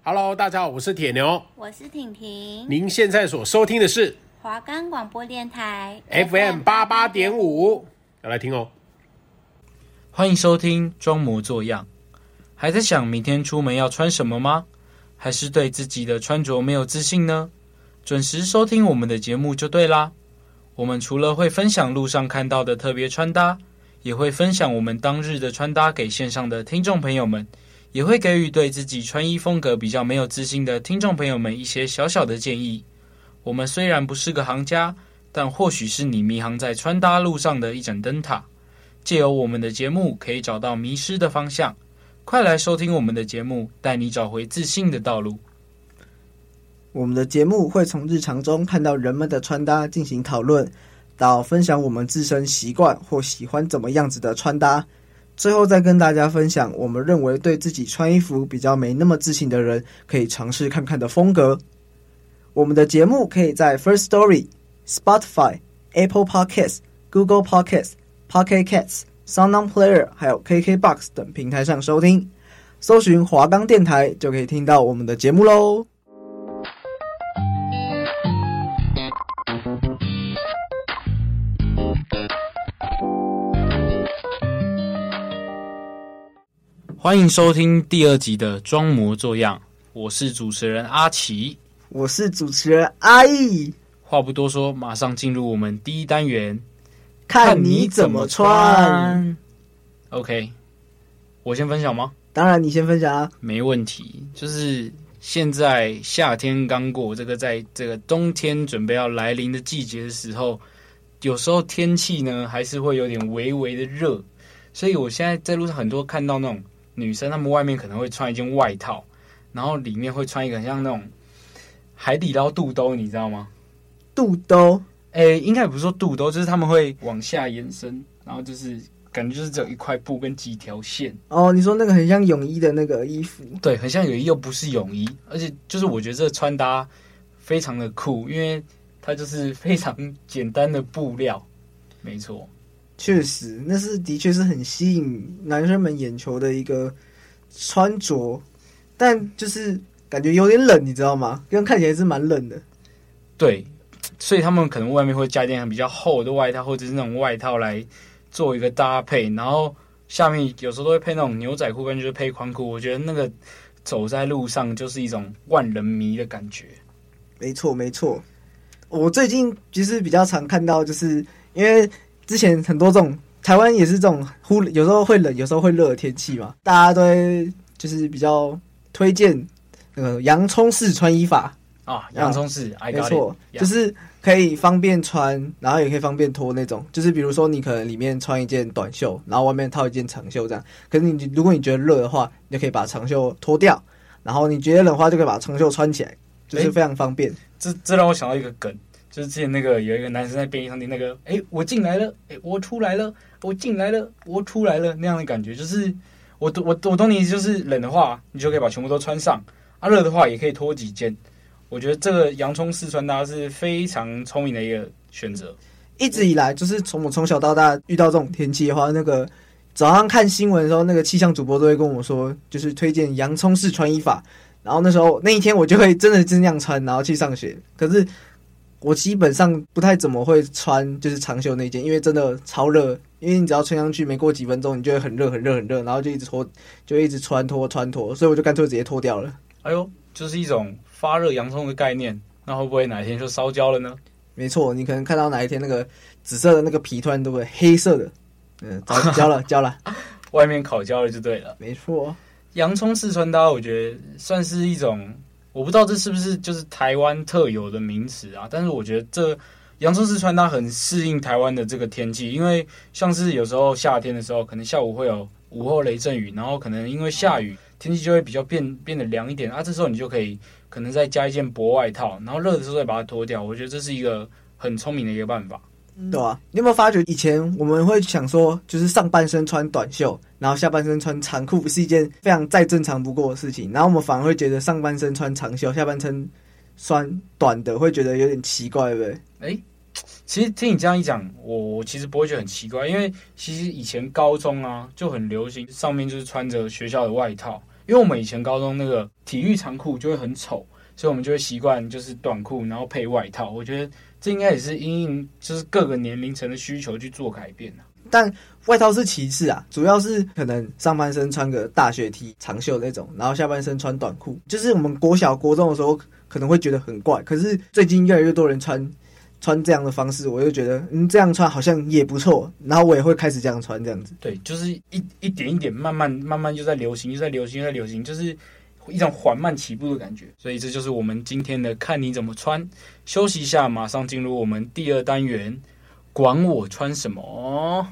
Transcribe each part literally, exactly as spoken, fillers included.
Hello， 大家好，我是铁牛， 我是婷婷。 您现在所收听的是华冈广播电台 F M 八八点五，要来听哦。 欢迎收听装模作样。还在想明天出门要穿什么吗？还是对自己的穿着没有自信呢？准时收听我们的节目就对啦。我们除了会分享路上看到的特别穿搭，也会分享我们当日的穿搭给线上的听众朋友们，也会给予对自己穿衣风格比较没有自信的听众朋友们一些小小的建议。我们虽然不是个行家，但或许是你迷航在穿搭路上的一盏灯塔。借由我们的节目，可以找到迷失的方向。快来收听我们的节目，带你找回自信的道路。 我们的节目会从日常中看到人们的穿搭进行讨论，到分享我们自身习惯或喜欢怎么样子的穿搭，最后再跟大家分享我们认为对自己穿衣服比较没那么自信的人可以尝试看看的风格。我们的节目可以在 First Story、Spotify、Apple Podcasts、Google Podcasts、Pocket Casts、SoundOn Player 还有 K K B O X 等平台上收听，搜寻华冈电台就可以听到我们的节目咯。 欢迎收听第二集的装模作样，我是主持人阿奇， 我是主持人阿义。 话不多说，马上进入我们第一单元， 看你怎么穿。 OK， 我先分享吗？ 当然你先分享啊。 没问题。就是现在夏天刚过，这个在这个冬天准备要来临的季节的时候，有时候天气呢还是会有点微微的热，所以我现在在路上很多看到那种女生，她们外面可能会穿一件外套，然后里面会穿一个很像那种海底捞肚兜，你知道吗？ 肚兜？ 诶，应该也不是说肚兜，就是他们会往下延伸，然后就是感觉就是只有一块布跟几条线。 哦，你说那个很像泳衣的那个衣服？ 对，很像泳衣又不是泳衣，而且就是我觉得这个穿搭非常的酷，因为它就是非常简单的布料。没错。 确实，那是的确是很吸引男生们眼球的一个穿着，但就是感觉有点冷，你知道吗？因为看起来是蛮冷的。 对，所以他们可能外面会加一件比较厚的外套，或者是那种外套来做一个搭配，然后下面有时候都会配那种牛仔裤，跟就是配宽裤。我觉得那个走在路上就是一种万人迷的感觉。 没错，没错。我最近其实比较常看到，就是因为之前很多这种台湾也是这种忽有时候会冷有时候会热的天气嘛，大家都会就是比较推荐那个洋葱式穿衣法啊，洋葱式， 没错，就是可以方便穿，然后也可以方便脱那种。就是比如说你可能里面穿一件短袖，然后外面套一件长袖这样。可是你如果你觉得热的话，你就可以把长袖脱掉，然后你觉得冷的话就可以把长袖穿起来，就是非常方便。欸、 这这让我想到一个梗。就是之前那个有一个男生在便利商店那个，哎，我进来了，哎，我出来了，我进来了，我出来了那样的感觉，就是我我我懂你意思，就是冷的话你就可以把全部都穿上，啊，热的话也可以脱几件。我觉得这个洋葱式穿搭是非常聪明的一个选择。 一直以来就是从我从小到大遇到这种天气的话，那个早上看新闻的时候，那个气象主播都会跟我说，就是推荐洋葱式穿衣法。然后那时候那一天我就会真的是那样穿，然后去上学。可是我基本上不太怎么会穿就是长袖那件，因为真的超热，因为你只要穿上去没过几分钟你就会很热很热很热，然后就一直脱就一直穿脱穿脱，所以我就干脆直接脱掉了。 哎呦，就是一种发热洋葱的概念，那会不会哪一天就烧焦了呢？ 没错，你可能看到哪一天那个紫色的那个皮突然都会黑色的，嗯，焦了焦了， 外面烤焦了就对了。 没错， 洋葱式穿搭我觉得算是一种，我不知道这是不是就是台湾特有的名词啊，但是我觉得这洋葱式穿搭很适应台湾的这个天气，因为像是有时候夏天的时候，可能下午会有午后雷阵雨，然后可能因为下雨，天气就会比较变变得凉一点啊，这时候你就可以可能再加一件薄外套，然后热的时候再把它脱掉，我觉得这是一个很聪明的一个办法。 对啊，你有没有发觉以前我们会想说，就是上半身穿短袖，然后下半身穿长裤是一件非常再正常不过的事情，然后我们反而会觉得上半身穿长袖，下半身穿短的会觉得有点奇怪，对不对？ 哎，其实听你这样一讲，我我其实不会觉得很奇怪，因为其实以前高中啊就很流行，上面就是穿着学校的外套， 因为我们以前高中那个体育长裤就会很丑，所以我们就会习惯就是短裤然后配外套。我觉得这应该也是因应就是各个年龄层的需求去做改变啊。 但外套是其次啊，主要是可能上半身穿个大学 T 长袖那种，然后下半身穿短裤。就是我们国小国中的时候可能会觉得很怪，可是最近越来越多人穿穿这样的方式，我就觉得嗯这样穿好像也不错，然后我也会开始这样穿这样子。 对，就是一一点一点慢慢慢慢就在流行，又在流行，又在流行，就是一种缓慢起步的感觉。所以这就是我们今天的看你怎么穿。休息一下，马上进入我们第二单元，管我穿什么。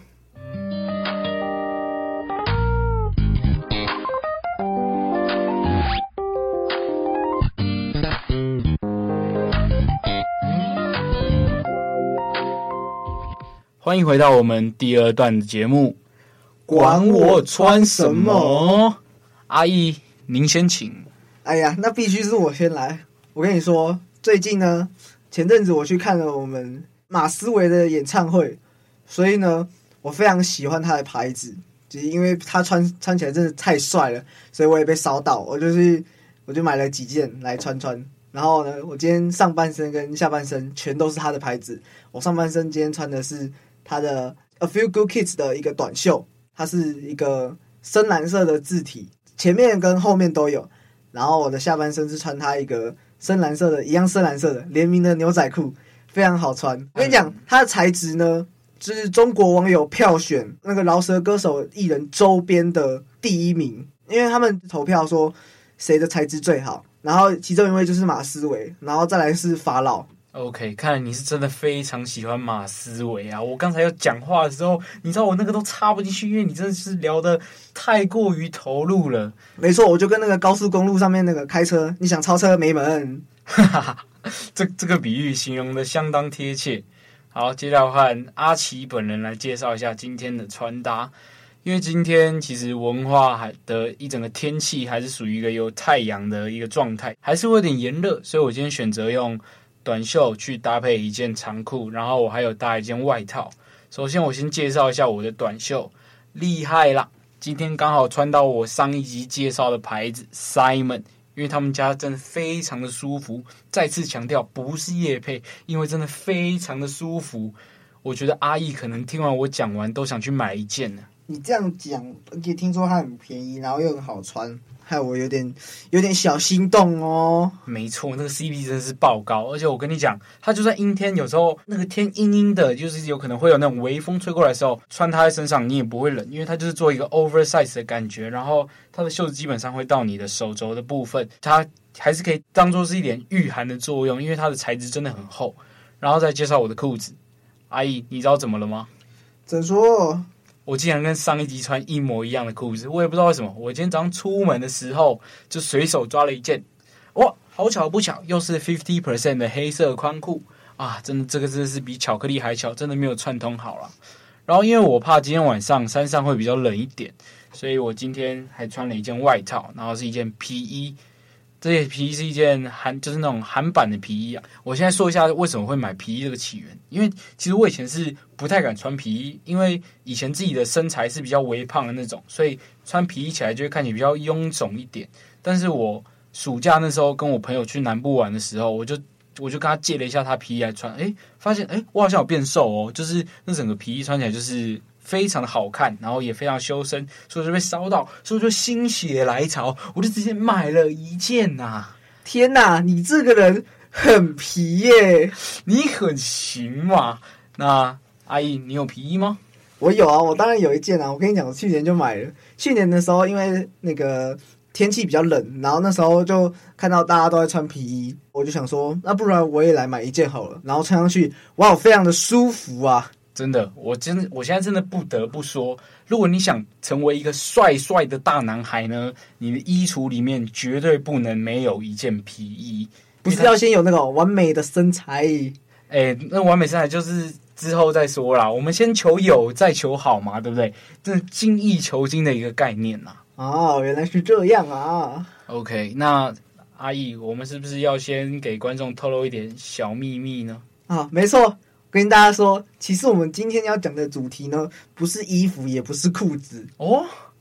欢迎回到我们第二段的节目， 管我穿什么？ 阿义，您先请。 哎呀，那必须是我先来。我跟你说，最近呢，前阵子我去看了我们马思唯的演唱会，所以呢，我非常喜欢他的牌子，就是因为他穿穿起来真的太帅了，所以我也被烧到，我就是我就买了几件来穿穿。然后呢，我今天上半身跟下半身全都是他的牌子。我上半身今天穿的是他的 A Few Good Kids 的一个短袖，它是一个深蓝色的字体，前面跟后面都有。然后我的下半身是穿它一个深蓝色的，一样深蓝色的联名的牛仔裤，非常好穿。我跟你讲，它的材质呢，就是中国网友票选那个饶舌歌手艺人周边的第一名，因为他们投票说谁的材质最好，然后其中一位就是马思唯，然后再来是法老。 OK， 看来你是真的非常喜欢马思唯啊！我刚才有讲话的时候，你知道我那个都插不进去，因为你真的是聊得太过于投入了。 没错，我就跟那个高速公路上面那个开车，你想超车没门。 这这个比喻形容的相当贴切。好，接下来换阿奇本人来介绍一下今天的穿搭。因为今天其实文化还的一整个天气还是属于一个有太阳的一个状态，还是会有点炎热，所以我今天选择用短袖去搭配一件长裤，然后我还有搭一件外套。首先我先介绍一下我的短袖，厉害啦！今天刚好穿到我上一集介绍的牌子 Simon， 因为他们家真的非常的舒服。再次强调，不是业配，因为真的非常的舒服。我觉得阿义可能听完我讲完都想去买一件呢。 你这样讲，而且听说它很便宜，然后又很好穿，害我有点有点小心动哦。 没错，那个 C P 真的是爆高，而且我跟你讲，它就算阴天，有时候那个天阴阴的，就是有可能会有那种微风吹过来的时候，穿它在身上你也不会冷，因为它就是做一个 oversize 的感觉，然后它的袖子基本上会到你的手肘的部分，它还是可以当做是一点御寒的作用，因为它的材质真的很厚。然后再介绍我的裤子，阿姨，你知道怎么了吗？ 怎么说？ 我竟然跟上一集穿一模一样的裤子，我也不知道为什么。我今天早上出门的时候就随手抓了一件，哇，好巧不巧，又是 百分之五十 的黑色宽裤啊！真的，这个真的是比巧克力还巧，真的没有串通好了。然后因为我怕今天晚上山上会比较冷一点，所以我今天还穿了一件外套，然后是一件皮衣。这件皮衣是一件韩，就是那种韩版的皮衣啊。我现在说一下为什么会买皮衣这个起源，因为其实我以前是不太敢穿皮衣，因为以前自己的身材是比较微胖的那种，所以穿皮衣起来就会看起来比较臃肿一点。但是我暑假那时候跟我朋友去南部玩的时候，我就我就跟他借了一下他皮衣来穿，诶，发现诶我好像有变瘦哦，就是那整个皮衣穿起来就是非常的好看，然后也非常修身，所以就被烧到，所以就心血来潮，我就直接买了一件呐、啊！ 天哪，你这个人很皮耶！ 你很行嘛？那阿姨，你有皮衣吗？ 我有啊，我当然有一件啊。我跟你讲，我去年就买了。去年的时候，因为那个天气比较冷，然后那时候就看到大家都在穿皮衣，我就想说，那不然我也来买一件好了。然后穿上去，哇，非常的舒服啊！ 真的，我真的，我现在真的不得不说，如果你想成为一个帅帅的大男孩呢，你的衣橱里面绝对不能没有一件皮衣。 不是要先有那个完美的身材？ 哎，那完美身材就是之后再说啦。我们先求有，再求好嘛，对不对？这精益求精的一个概念呐。 哦，原来是这样啊。 OK， 那阿姨，我们是不是要先给观众透露一点小秘密呢？ 啊，没错。跟大家说，其实我们今天要讲的主题呢，不是衣服，也不是裤子哦，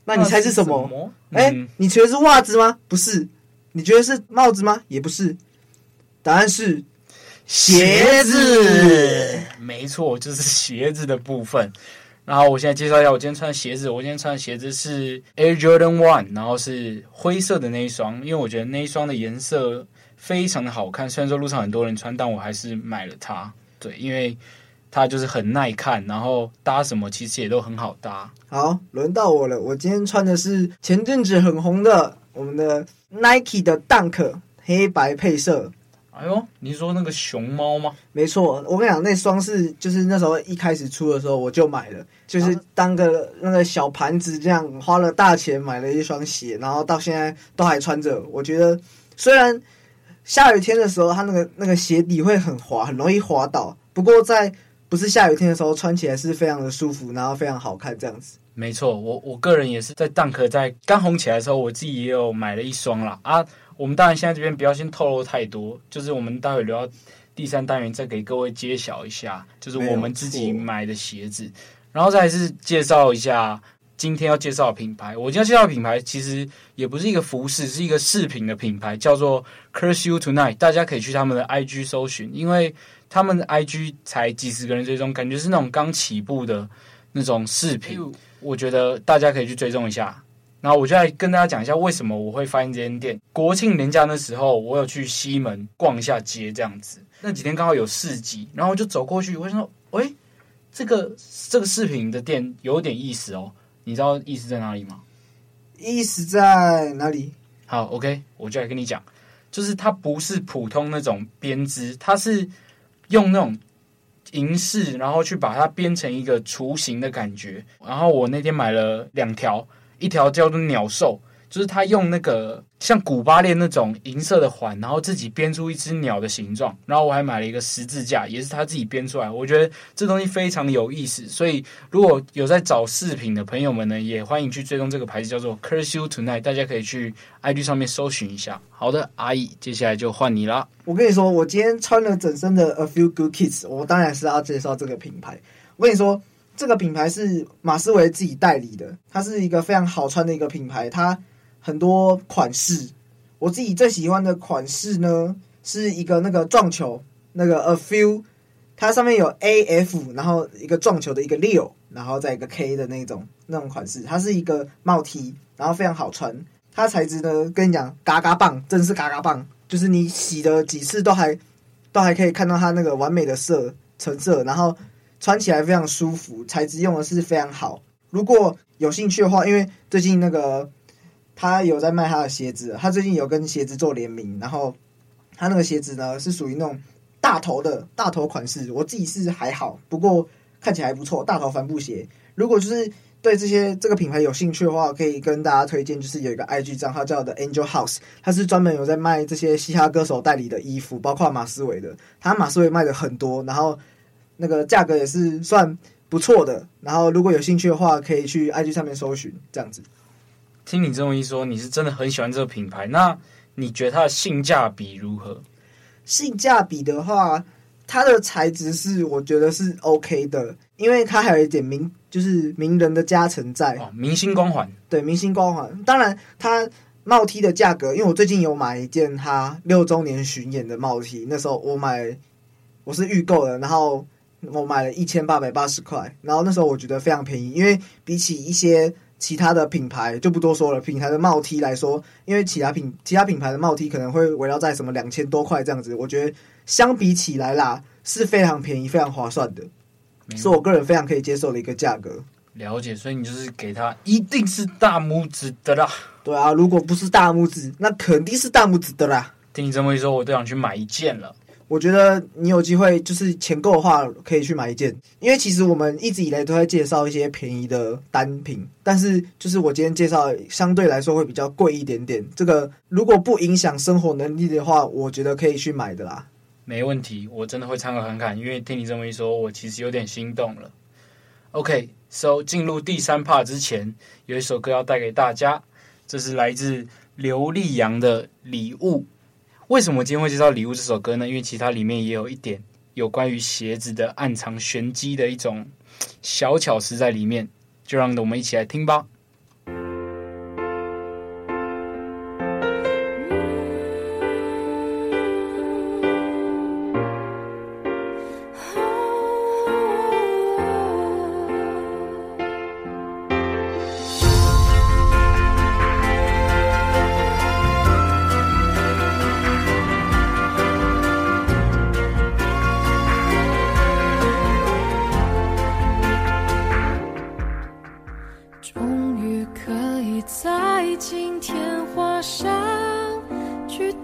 那你猜是什么？哎、 嗯， 你觉得是袜子吗？不是。你觉得是帽子吗？也不是。答案是鞋子。 没错，就是鞋子的部分。然后我现在介绍一下我今天穿的鞋子。我今天穿的鞋子是 Air Jordan One， 然后是灰色的那一双，因为我觉得那一双的颜色非常的好看。虽然说路上很多人穿，但我还是买了它。对，因为它就是很耐看，然后搭什么其实也都很好搭。 好，轮到我了。我今天穿的是前阵子很红的我们的 Nike 的 Dunk 黑白配色。 哎呦，你说那个熊猫吗？ 没错，我跟你讲，那双是就是那时候一开始出的时候我就买了，就是当个那个小盘子这样，花了大钱买了一双鞋，然后到现在都还穿着。我觉得虽然下雨天的时候它那个那个鞋底会很滑，很容易滑倒，不过在不是下雨天的时候穿起来是非常的舒服，然后非常好看这样子。 没错，我我个人也是在 Dunk 在刚红起来的时候，我自己也有买了一双啦啊。我们当然现在这边不要先透露太多，就是我们待会留到第三单元再给各位揭晓一下，就是我们自己买的鞋子，然后再来是介绍一下今天要介绍的品牌。我今天要介绍的品牌其实也不是一个服饰，是一个饰品的品牌，叫做 Curse You Tonight。大家可以去他们的 I G 搜寻，因为他们的 I G 才几十个人追踪，感觉是那种刚起步的那种饰品，我觉得大家可以去追踪一下。然后我就来跟大家讲一下为什么我会发现这间店。国庆连假那时候，我有去西门逛一下街，这样子。那几天刚好有市集，然后我就走过去，我就说：“喂，这个这个饰品的店有点意思哦。”你知道意思在哪里吗？ 意思在哪里？ 好 ，OK， 我就来跟你讲，就是它不是普通那种编织，它是用那种银饰，然后去把它编成一个雏形的感觉。然后我那天买了两条。一条叫做鸟兽，就是他用那个像古巴链那种银色的环，然后自己编出一只鸟的形状。然后我还买了一个十字架，也是他自己编出来。我觉得这东西非常有意思，所以如果有在找饰品的朋友们呢，也欢迎去追踪这个牌子，叫做 Curse You Tonight， 大家可以去 I G 上面搜寻一下。好的，阿姨，接下来就换你啦。 我跟你说，我今天穿了整身的 A Few Good Kids， 我当然是要介绍这个品牌。我跟你说。这个品牌是马思唯自己代理的，它是一个非常好穿的一个品牌，它很多款式。我自己最喜欢的款式呢，是一个那个撞球，那个 A Few， 它上面有 A F， 然后一个撞球的一个六，然后再一个 K 的那种那种款式。它是一个帽 T， 然后非常好穿。它材质呢，跟你讲，嘎嘎棒，真是嘎嘎棒，就是你洗了几次都还都还可以看到它那个完美的色成色，然后。穿起来非常舒服，材质用的是非常好。如果有兴趣的话，因为最近那个他有在卖他的鞋子，他最近有跟鞋子做联名，然后他那个鞋子呢是属于那种大头的大头款式，我自己是还好，不过看起来还不错，大头帆布鞋。如果就是对这些这个品牌有兴趣的话，可以跟大家推荐，就是有一个 I G 账号叫 The Angel House， 它是专门有在卖这些嘻哈歌手代理的衣服，包括马思唯的，他马思唯卖的很多，然后。那个价格也是算不错的，然后如果有兴趣的话，可以去 I G 上面搜寻这样子。 听你这么一说，你是真的很喜欢这个品牌，那你觉得它的性价比如何？ 性价比的话，它的材质是我觉得是 OK 的，因为它还有一点名，就是名人的加成在， 哦，明星光环。 对，明星光环。当然，它帽 T 的价格，因为我最近有买一件它六周年巡演的帽 T， 那时候我买我是预购的，然后。我买了一千八百八十块，然后那时候我觉得非常便宜，因为比起一些其他的品牌就不多说了，品牌的帽 T 来说，因为其他品其他品牌的帽 T 可能会围绕在什么两千多块这样子，我觉得相比起来啦是非常便宜、非常划算的，是我个人非常可以接受的一个价格。 了解，所以你就是给他一定是大拇指的啦。 对啊，如果不是大拇指，那肯定是大拇指的啦。 听你这么一说，我都想去买一件了。 我觉得你有机会就是钱够的话，可以去买一件，因为其实我们一直以来都在介绍一些便宜的单品，但是就是我今天介绍相对来说会比较贵一点点。这个如果不影响生活能力的话，我觉得可以去买的啦。 没问题，我真的会参考看看，因为听你这么一说，我其实有点心动了。OK，so 进入第三 part 之前，有一首歌要带给大家，这是来自刘力扬的《礼物》。为什么我今天会介绍《礼物》这首歌呢？因为其实它里面也有一点有关于鞋子的暗藏玄机的一种小巧思在里面，就让我们一起来听吧。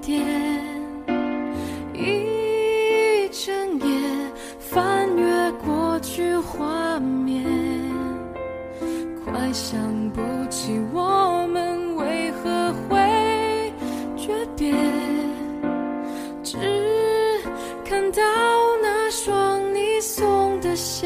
点，一整夜翻阅过去画面，快想不起我们为何会诀别，只看到那双你送的鞋，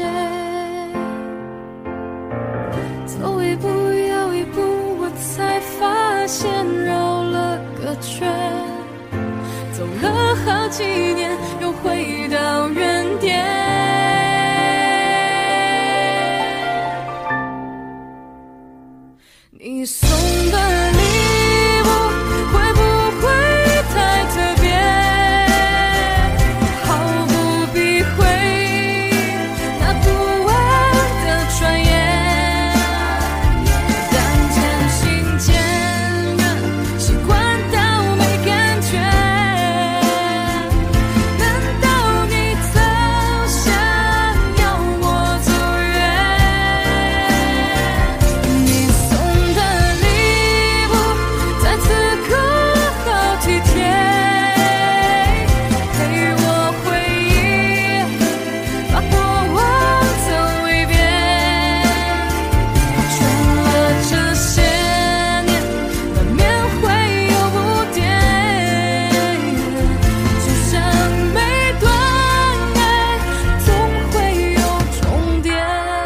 走一步又一步，我才发现绕了个圈，走了好几年，又回到原点。你送的礼物会不会太特别？毫不避讳那不安的传言，但渐行渐远，习惯到没感觉。难道你曾想要我走远？你送的礼物在此刻好体贴，陪我回忆，把过往走一遍。穿了这些年，难免会有污点，就像每段爱总会有终点。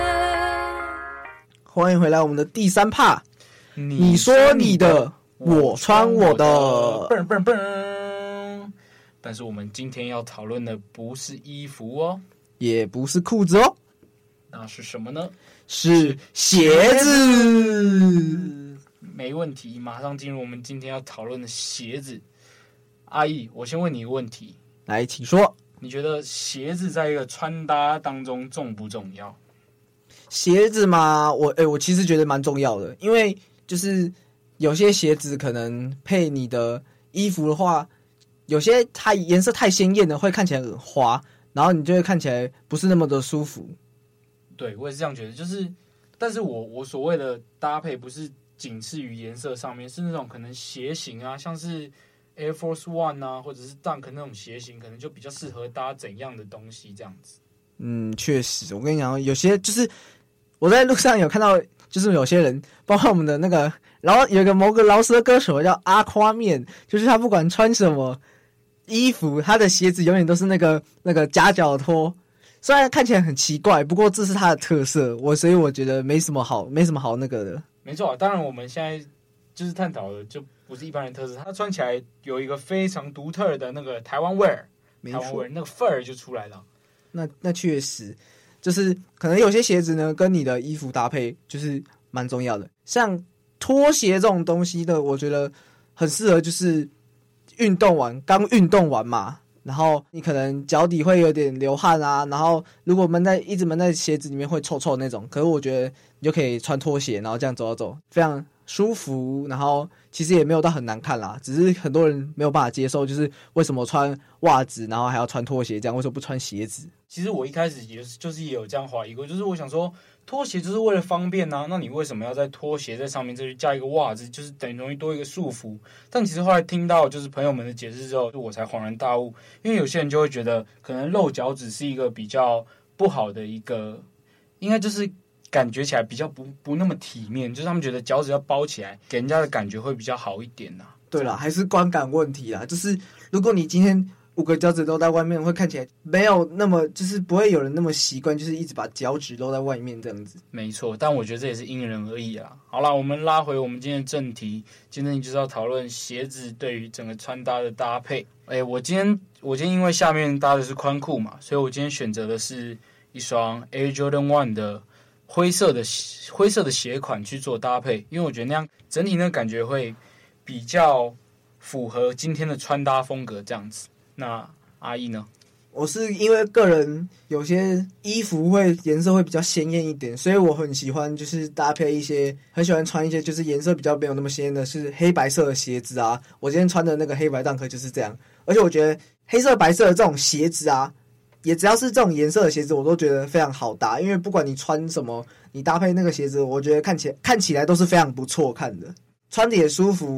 欢迎回来我们的第三趴， 你你说你的，我穿我的。 嘣嘣嘣！但是我们今天要讨论的不是衣服哦， 也不是裤子哦， 那是什么呢？ 是鞋子。 没问题，马上进入我们今天要讨论的鞋子。阿义，我先问你一个问题， 来，请说。 你觉得鞋子在一个穿搭当中重不重要？ 鞋子嘛，我诶、欸，我其实觉得蛮重要的，因为就是有些鞋子可能配你的衣服的话，有些它颜色太鲜艳的会看起来很花，然后你就会看起来不是那么的舒服。 对，我也是这样觉得，就是但是我我所谓的搭配不是仅次于颜色上面，是那种可能鞋型啊，像是 Air Force One 啊，或者是 Dunk 那种鞋型，可能就比较适合搭怎样的东西这样子。 嗯，确实，我跟你讲，有些就是我在路上有看到，就是有些人，包括我们的那个，然后有一个某个饶舌歌手叫阿夸面，就是他不管穿什么衣服，他的鞋子永远都是那个那个夹脚拖。虽然看起来很奇怪，不过这是他的特色，我所以我觉得没什么好，没什么好那个的。 没错，当然我们现在就是探讨的就不是一般人特色，它穿起来有一个非常独特的那个台湾味儿，台湾味儿那个范儿就出来了。 那那确实，就是可能有些鞋子呢跟你的衣服搭配就是蛮重要的，像拖鞋这种东西的，我觉得很适合就是运动完刚运动完嘛。然后你可能脚底会有点流汗啊，然后如果闷在一直闷在鞋子里面会臭臭那种，可是我觉得你就可以穿拖鞋，然后这样走走走，非常舒服，然后其实也没有到很难看啦，只是很多人没有办法接受，就是为什么穿袜子然后还要穿拖鞋，这样为什么不穿鞋子？ 其实我一开始也就是也有这样怀疑过，就是我想说拖鞋就是为了方便啊，那你为什么要在拖鞋在上面再去加一个袜子，就是等于容易多一个束缚。但其实后来听到就是朋友们的解释之后，我才恍然大悟，因为有些人就会觉得可能露脚趾是一个比较不好的一个，应该就是感觉起来比较不不那么体面，就是他们觉得脚趾要包起来，给人家的感觉会比较好一点呐、啊。 对啦，还是观感问题啦，就是如果你今天五个脚趾露在外面，会看起来没有那么，就是不会有人那么习惯，就是一直把脚趾露在外面这样子。 没错，但我觉得这也是因人而异啦。好啦，我们拉回我们今天的正题，今天就是要讨论鞋子对于整个穿搭的搭配。哎，我今天我今天因为下面搭的是宽裤嘛，所以我今天选择的是一双 Air Jordan One 的灰色的灰色的鞋款去做搭配，因为我觉得那样整体呢感觉会比较符合今天的穿搭风格这样子。那阿义呢？ 我是因为个人有些衣服会颜色会比较鲜艳一点，所以我很喜欢就是搭配一些，很喜欢穿一些就是颜色比较没有那么鲜艳的，是黑白色的鞋子啊。我今天穿的那个黑白Dunk就是这样，而且我觉得黑色白色的这种鞋子啊，也只要是这种颜色的鞋子，我都觉得非常好搭，因为不管你穿什么，你搭配那个鞋子，我觉得看起来看起来都是非常不错看的，穿着也舒服。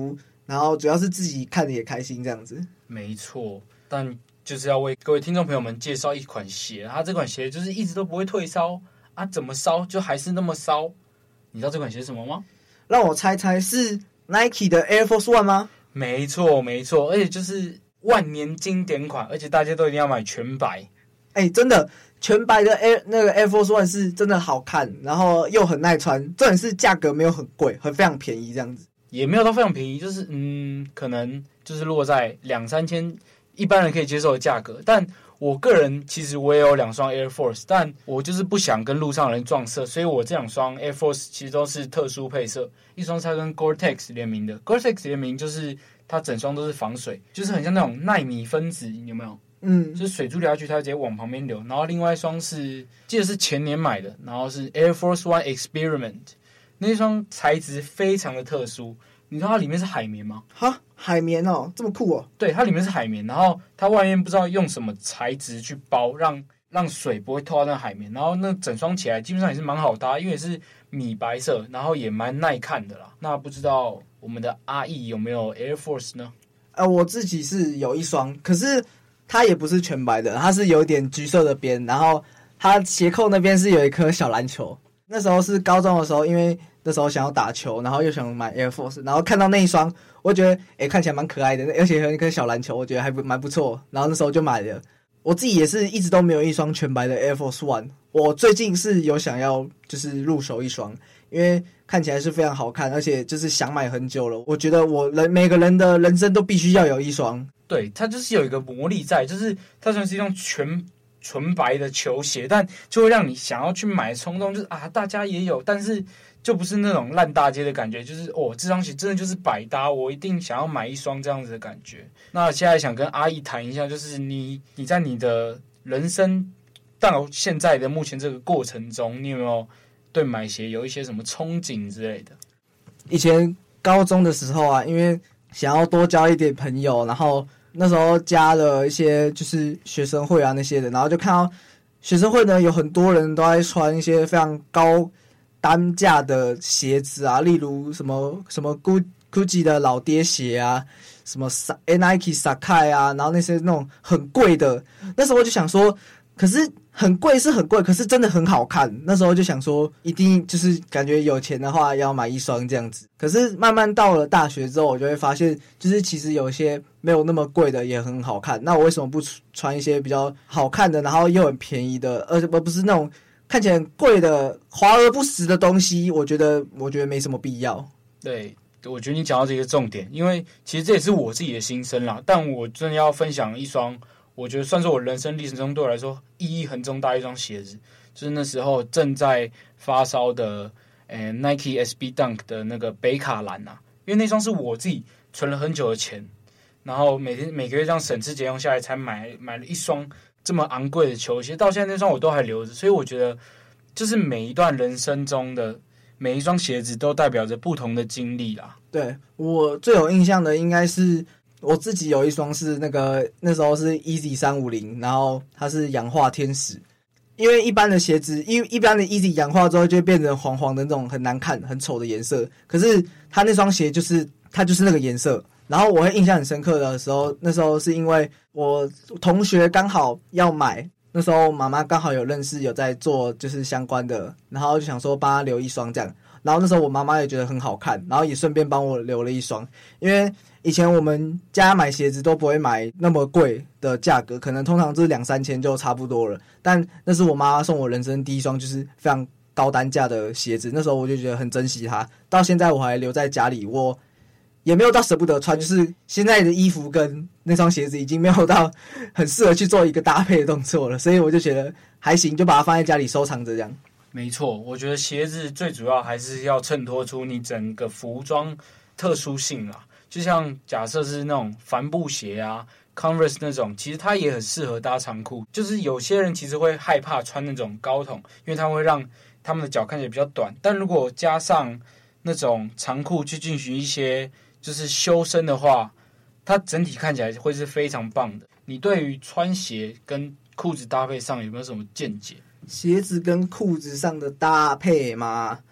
然后主要是自己看的也开心这样子。 没错，但就是要为各位听众朋友们介绍一款鞋，它这款鞋就是一直都不会退烧啊，怎么烧就还是那么烧。你知道这款鞋是什么吗？ 让我猜猜，是 Nike 的 Air Force One 吗？ 没错，没错，而且就是万年经典款，而且大家都一定要买全白。 哎、欸，真的，全白的 Air 那个 Air Force One 是真的好看，然后又很耐穿，重点是价格没有很贵，很非常便宜这样子。 也没有到非常便宜，就是嗯，可能就是落在两三千，一般人可以接受的价格。但我个人其实我也有两双 Air Force， 但我就是不想跟路上的人撞色，所以我这两双 Air Force 其实都是特殊配色，一双是它跟 Gore-Tex 联名的 ，Gore-Tex 联名就是它整双都是防水，就是很像那种奈米分子，有没有？ 嗯， 就是水珠流下去，它直接往旁边流。然后另外一双是记得是前年买的，然后是 Air Force One Experiment。那双材质非常的特殊，你知道它里面是海绵吗？ 哈，海绵哦，这么酷哦！ 对，它里面是海绵，然后它外面不知道用什么材质去包，让让水不会透到那海绵，然后那整双起来基本上也是蛮好搭，因为是米白色，然后也蛮耐看的啦。那不知道我们的阿义有没有 Air Force 呢？ 呃，我自己是有一双，可是它也不是全白的，它是有点橘色的边，然后它鞋扣那边是有一颗小篮球。那时候是高中的时候，因为那时候想要打球，然后又想买 Air Force， 然后看到那一双，我觉得诶看起来蛮可爱的，而且有一颗小篮球，我觉得还蛮不错，然后那时候就买了。我自己也是一直都没有一双全白的 Air Force One， 我最近是有想要就是入手一双，因为看起来是非常好看，而且就是想买很久了。我觉得我人每个人的人生都必须要有一双。 对，它就是有一个魔力在，就是它虽然是一双全纯白的球鞋，但就会让你想要去买冲动，就是啊，大家也有，但是就不是那种烂大街的感觉，就是哦，这双鞋真的就是百搭，我一定想要买一双这样子的感觉。那现在想跟阿义谈一下，就是你你在你的人生到现在的目前这个过程中，你有没有对买鞋有一些什么憧憬之类的？ 以前高中的时候啊，因为想要多交一点朋友，然后那时候加了一些就是学生会啊那些的，然后就看到学生会呢有很多人都在穿一些非常高单价的鞋子啊，例如什么什么 Gucci 的老爹鞋啊，什么 Nike Sacai 啊，然后那些那种很贵的，那时候我就想说，可是很贵是很贵，可是真的很好看。那时候就想说，一定就是感觉有钱的话要买一双这样子。可是慢慢到了大学之后，我就会发现，就是其实有一些没有那么贵的也很好看。那我为什么不穿一些比较好看的，然后又很便宜的，而而不是那种看起来很贵的、华而不实的东西？我觉得，我觉得没什么必要。 对，我觉得你讲到这个重点，因为其实这也是我自己的心声啦。但我真的要分享一双，我觉得算是我人生历程中对我来说意义很重大一双鞋子，就是那时候正在发烧的，呃 Nike S B Dunk 的那个北卡蓝啊，因为那双是我自己存了很久的钱，然后每天每个月这样省吃俭用下来才买买了一双这么昂贵的球鞋，到现在那双我都还留着，所以我觉得就是每一段人生中的每一双鞋子都代表着不同的经历啦。 对，我最有印象的应该是我自己有一双是那个那时候是 Easy 三五零，然后它是氧化天使。因为一般的鞋子，一一般的 Easy 氧化之后就会变成黄黄的那种很难看、很丑的颜色，可是它那双鞋就是它就是那个颜色。然后我会印象很深刻的时候，那时候是因为我同学刚好要买，那时候妈妈刚好有认识有在做就是相关的，然后就想说帮她留一双这样。然后那时候我妈妈也觉得很好看，然后也顺便帮我留了一双。因为以前我们家买鞋子都不会买那么贵的价格，可能通常就是两三千就差不多了。但那是我妈送我人生第一双就是非常高单价的鞋子，那时候我就觉得很珍惜它，到现在我还留在家里，我也没有到舍不得穿，就是现在的衣服跟那双鞋子已经没有到很适合去做一个搭配的动作了，所以我就觉得还行，就把它放在家里收藏着这样。 没错，我觉得鞋子最主要还是要衬托出你整个服装特殊性啦。就像假设是那种帆布鞋啊 Converse 那种，其实它也很适合搭长裤。就是有些人其实会害怕穿那种高筒，因为它会让他们的脚看起来比较短。但如果加上那种长裤去进行一些就是修身的话，它整体看起来会是非常棒的。你对于穿鞋跟裤子搭配上有没有什么见解？ 鞋子跟裤子上的搭配嘛，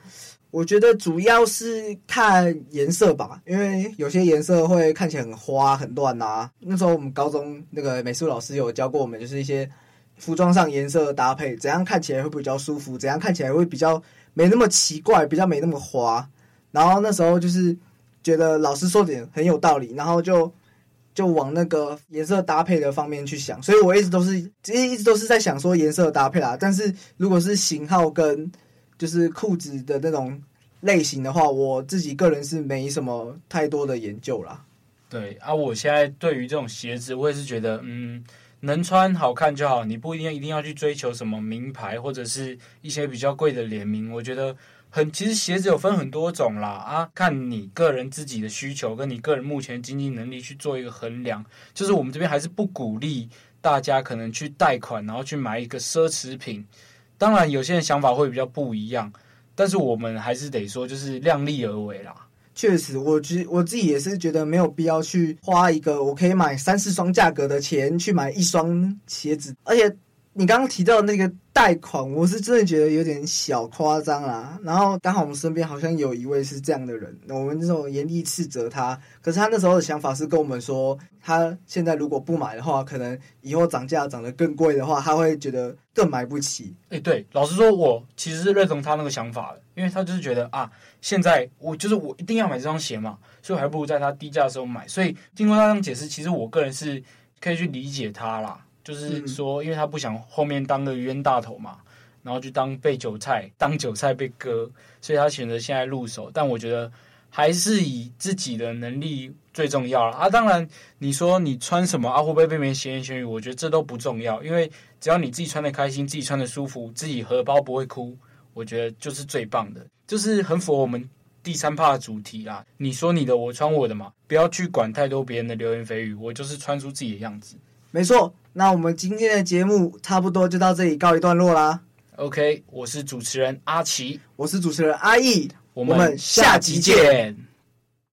我觉得主要是看颜色吧，因为有些颜色会看起来很花很乱啊。那时候我们高中那个美术老师有教过我们，就是一些服装上颜色的搭配，怎样看起来会比较舒服，怎样看起来会比较没那么奇怪，比较没那么花。然后那时候就是觉得老师说的很有道理，然后就就往那个颜色搭配的方面去想，所以我一直都是其实一直都是在想说颜色的搭配啦。但是如果是型号跟就是裤子的那种类型的话，我自己个人是没什么太多的研究啦。 对啊，我现在对于这种鞋子，我也是觉得，嗯，能穿好看就好，你不一定一定要去追求什么名牌或者是一些比较贵的联名。我觉得很，其实鞋子有分很多种啦，啊，看你个人自己的需求跟你个人目前经济能力去做一个衡量。就是我们这边还是不鼓励大家可能去贷款，然后去买一个奢侈品。当然，有些人想法会比较不一样，但是我们还是得说，就是量力而为啦。 确实，我觉我自己也是觉得没有必要去花一个我可以买三四双价格的钱去买一双鞋子，而且你刚刚提到那个贷款，我是真的觉得有点小夸张啦。然后刚好我们身边好像有一位是这样的人，我们这种严厉斥责他，可是他那时候的想法是跟我们说，他现在如果不买的话，可能以后涨价涨得更贵的话，他会觉得更买不起。 哎，对，老实说，我其实是认同他那个想法的，因为他就是觉得啊，现在我就是我一定要买这双鞋嘛，所以我还不如在他低价的时候买。所以经过他这样解释，其实我个人是可以去理解他啦。就是说，因为他不想后面当个冤大头嘛，然后就当被韭菜，当韭菜被割，所以他选择现在入手。但我觉得还是以自己的能力最重要了啊！当然，你说你穿什么啊，会不会被别人闲言闲语？我觉得这都不重要，因为只要你自己穿得开心，自己穿得舒服，自己荷包不会哭，我觉得就是最棒的，就是很符合我们第三趴的主题啦。你说你的，我穿我的嘛，不要去管太多别人的流言蜚语，我就是穿出自己的样子。 没错，那我们今天的节目差不多就到这里告一段落啦。 OK， 我是主持人阿奇， 我是主持人阿义， 我们下集见。